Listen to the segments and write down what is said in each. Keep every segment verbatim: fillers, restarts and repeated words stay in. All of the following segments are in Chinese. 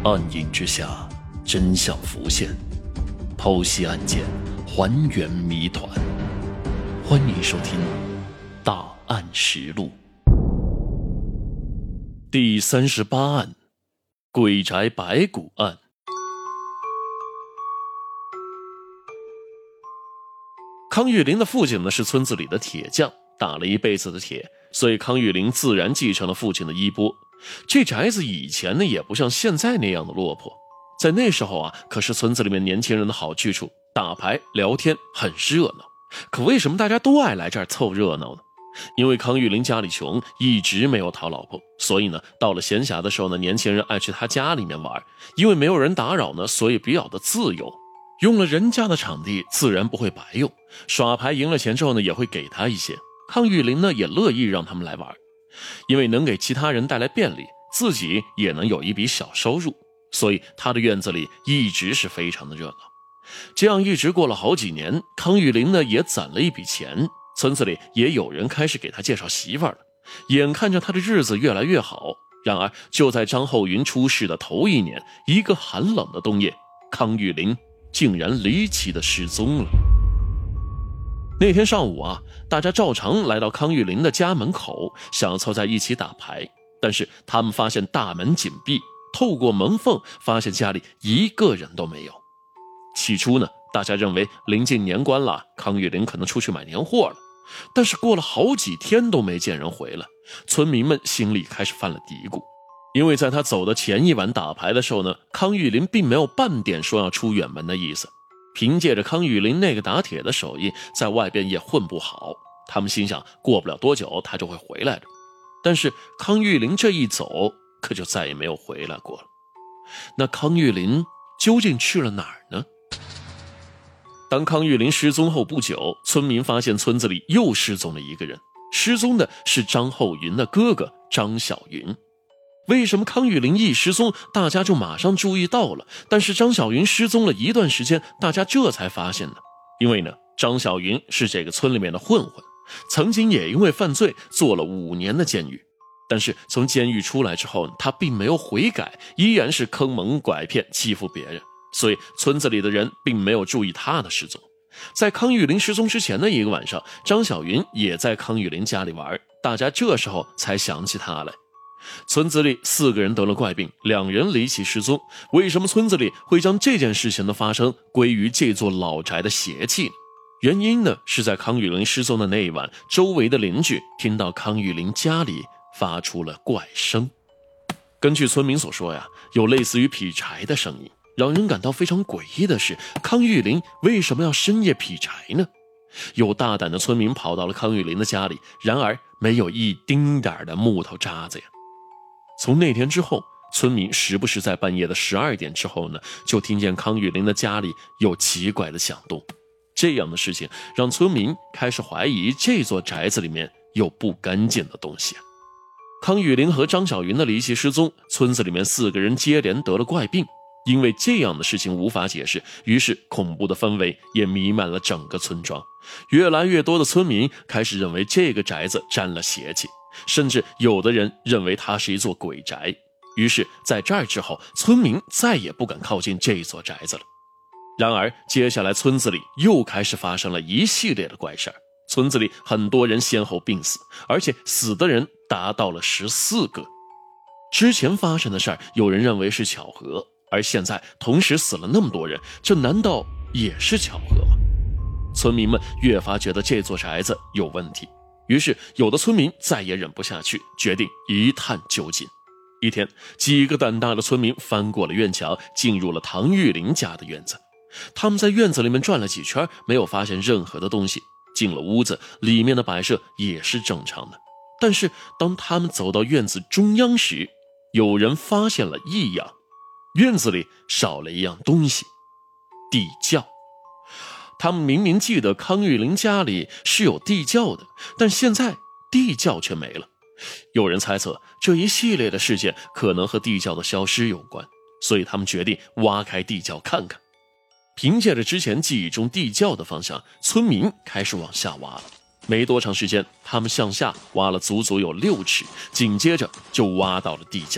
暗影之下，真相浮现，剖析案件，还原谜团。欢迎收听《大案实录》第三十八案：鬼宅白骨案。康玉林的父亲呢是村子里的铁匠，打了一辈子的铁，所以康玉林自然继承了父亲的衣钵。这宅子以前呢也不像现在那样的落魄，在那时候啊，可是村子里面年轻人的好去处，打牌聊天很热闹。可为什么大家都爱来这儿凑热闹呢？因为康玉林家里穷，一直没有讨老婆，所以呢到了闲暇的时候呢，年轻人爱去他家里面玩，因为没有人打扰呢，所以比较的自由。用了人家的场地自然不会白用，耍牌赢了钱之后呢也会给他一些。康玉林呢也乐意让他们来玩，因为能给其他人带来便利，自己也能有一笔小收入，所以他的院子里一直是非常的热闹。这样一直过了好几年，康玉林呢也攒了一笔钱，村子里也有人开始给他介绍媳妇儿了，眼看着他的日子越来越好。然而就在张厚云出事的头一年，一个寒冷的冬夜，康玉林竟然离奇的失踪了。那天上午啊，大家照常来到康玉林的家门口，想凑在一起打牌，但是他们发现大门紧闭，透过门缝发现家里一个人都没有。起初呢，大家认为临近年关了，康玉林可能出去买年货了，但是过了好几天都没见人回来，村民们心里开始犯了嘀咕。因为在他走的前一晚打牌的时候呢，康玉林并没有半点说要出远门的意思。凭借着康玉林那个打铁的手艺，在外边也混不好，他们心想过不了多久他就会回来的。但是康玉林这一走，可就再也没有回来过了。那康玉林究竟去了哪儿呢？当康玉林失踪后不久，村民发现村子里又失踪了一个人，失踪的是张厚云的哥哥张小云。为什么康玉林一失踪，大家就马上注意到了，但是张小云失踪了一段时间，大家这才发现呢？因为呢，张小云是这个村里面的混混，曾经也因为犯罪坐了五年的监狱，但是从监狱出来之后，他并没有悔改，依然是坑蒙拐骗欺负别人，所以村子里的人并没有注意他的失踪。在康玉林失踪之前的一个晚上，张小云也在康玉林家里玩，大家这时候才想起他来。村子里四个人得了怪病，两人离奇失踪。为什么村子里会将这件事情的发生归于这座老宅的邪气呢？原因呢是在康玉林失踪的那一晚，周围的邻居听到康玉林家里发出了怪声。根据村民所说呀，有类似于劈柴的声音。让人感到非常诡异的是，康玉林为什么要深夜劈柴呢？有大胆的村民跑到了康玉林的家里，然而没有一丁点的木头渣子呀。从那天之后，村民时不时在半夜的十二点之后呢，就听见康玉林的家里有奇怪的响动。这样的事情让村民开始怀疑这座宅子里面有不干净的东西。康玉林和张小云的离奇失踪，村子里面四个人接连得了怪病。因为这样的事情无法解释，于是恐怖的氛围也弥漫了整个村庄。越来越多的村民开始认为这个宅子沾了邪气，甚至有的人认为它是一座鬼宅。于是在这儿之后，村民再也不敢靠近这座宅子了。然而接下来村子里又开始发生了一系列的怪事儿，村子里很多人先后病死，而且死的人达到了十四个。之前发生的事儿有人认为是巧合，而现在同时死了那么多人，这难道也是巧合吗？村民们越发觉得这座宅子有问题，于是有的村民再也忍不下去，决定一探究竟。一天，几个胆大的村民翻过了院墙，进入了唐玉林家的院子。他们在院子里面转了几圈，没有发现任何的东西。进了屋子，里面的摆设也是正常的。但是当他们走到院子中央时，有人发现了异样。院子里少了一样东西，地窖。他们明明记得康玉林家里是有地窖的，但现在地窖却没了。有人猜测这一系列的事件可能和地窖的消失有关，所以他们决定挖开地窖看看。凭借着之前记忆中地窖的方向，村民开始往下挖了。没多长时间，他们向下挖了足足有六尺，紧接着就挖到了地窖。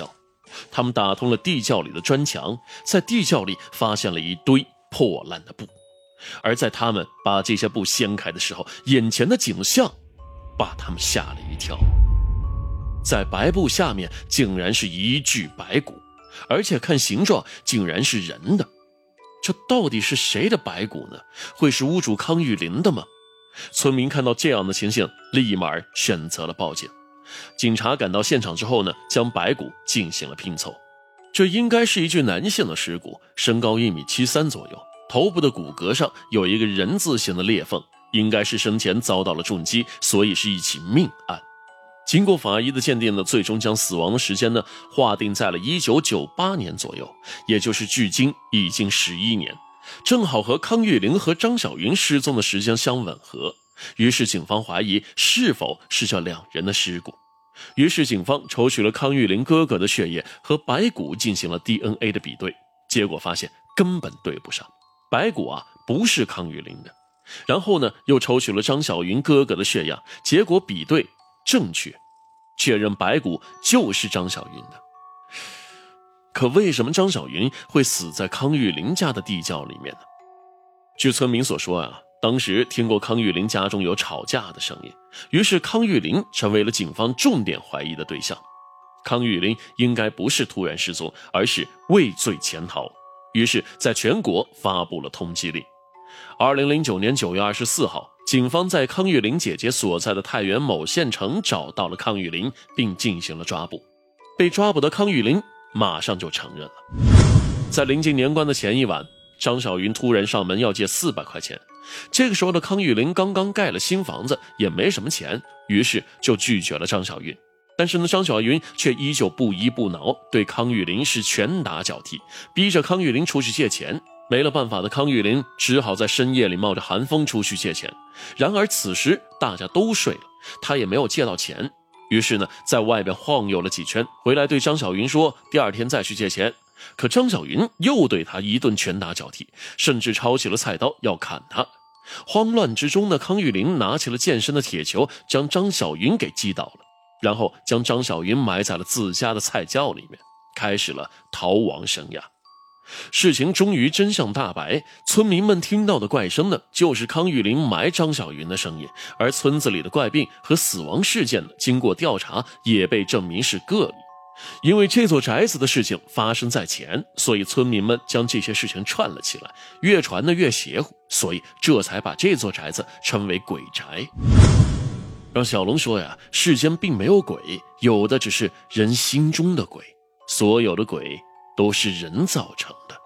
他们打通了地窖里的砖墙，在地窖里发现了一堆破烂的布。而在他们把这些布掀开的时候，眼前的景象把他们吓了一跳。在白布下面竟然是一具白骨，而且看形状竟然是人的。这到底是谁的白骨呢？会是屋主康玉林的吗？村民看到这样的情形，立马选择了报警。警察赶到现场之后呢，将白骨进行了拼凑。这应该是一具男性的尸骨，身高一米七三左右，头部的骨骼上有一个人字形的裂缝，应该是生前遭到了重击，所以是一起命案。经过法医的鉴定呢，最终将死亡的时间呢划定在了一九九八年左右，也就是距今已经十一年，正好和康玉玲和张小云失踪的时间相吻合。于是警方怀疑是否是这两人的尸骨。于是警方抽取了康玉玲哥哥的血液和白骨进行了 D N A 的比对，结果发现根本对不上，白骨啊不是康玉玲的。然后呢，又抽取了张小云哥哥的血样，结果比对正确，确认白骨就是张小云的。可为什么张小云会死在康玉玲家的地窖里面呢？据村民所说啊，当时听过康玉玲家中有吵架的声音，于是康玉玲成为了警方重点怀疑的对象。康玉玲应该不是突然失踪，而是畏罪潜逃，于是在全国发布了通缉令。二零零九年九月二十四号，警方在康玉玲姐姐所在的太原某县城找到了康玉玲，并进行了抓捕。被抓捕的康玉玲马上就承认了。在临近年关的前一晚，张小云突然上门要借四百块钱。这个时候的康玉玲刚刚盖了新房子，也没什么钱，于是就拒绝了张小云。但是呢，张小云却依旧不依不挠，对康玉玲是拳打脚踢，逼着康玉玲出去借钱。没了办法的康玉玲只好在深夜里冒着寒风出去借钱。然而此时大家都睡了，他也没有借到钱。于是呢，在外边晃悠了几圈，回来对张小云说第二天再去借钱。可张小云又对他一顿拳打脚踢，甚至抄起了菜刀要砍他。慌乱之中呢，康玉玲拿起了健身的铁球，将张小云给击倒了，然后将张小云埋在了自家的菜窖里面，开始了逃亡生涯。事情终于真相大白，村民们听到的怪声呢，就是康玉玲埋张小云的声音，而村子里的怪病和死亡事件呢，经过调查也被证明是个例。因为这座宅子的事情发生在前，所以村民们将这些事情串了起来，越传的越邪乎，所以这才把这座宅子称为鬼宅。让小龙说呀，世间并没有鬼，有的只是人心中的鬼，所有的鬼都是人造成的。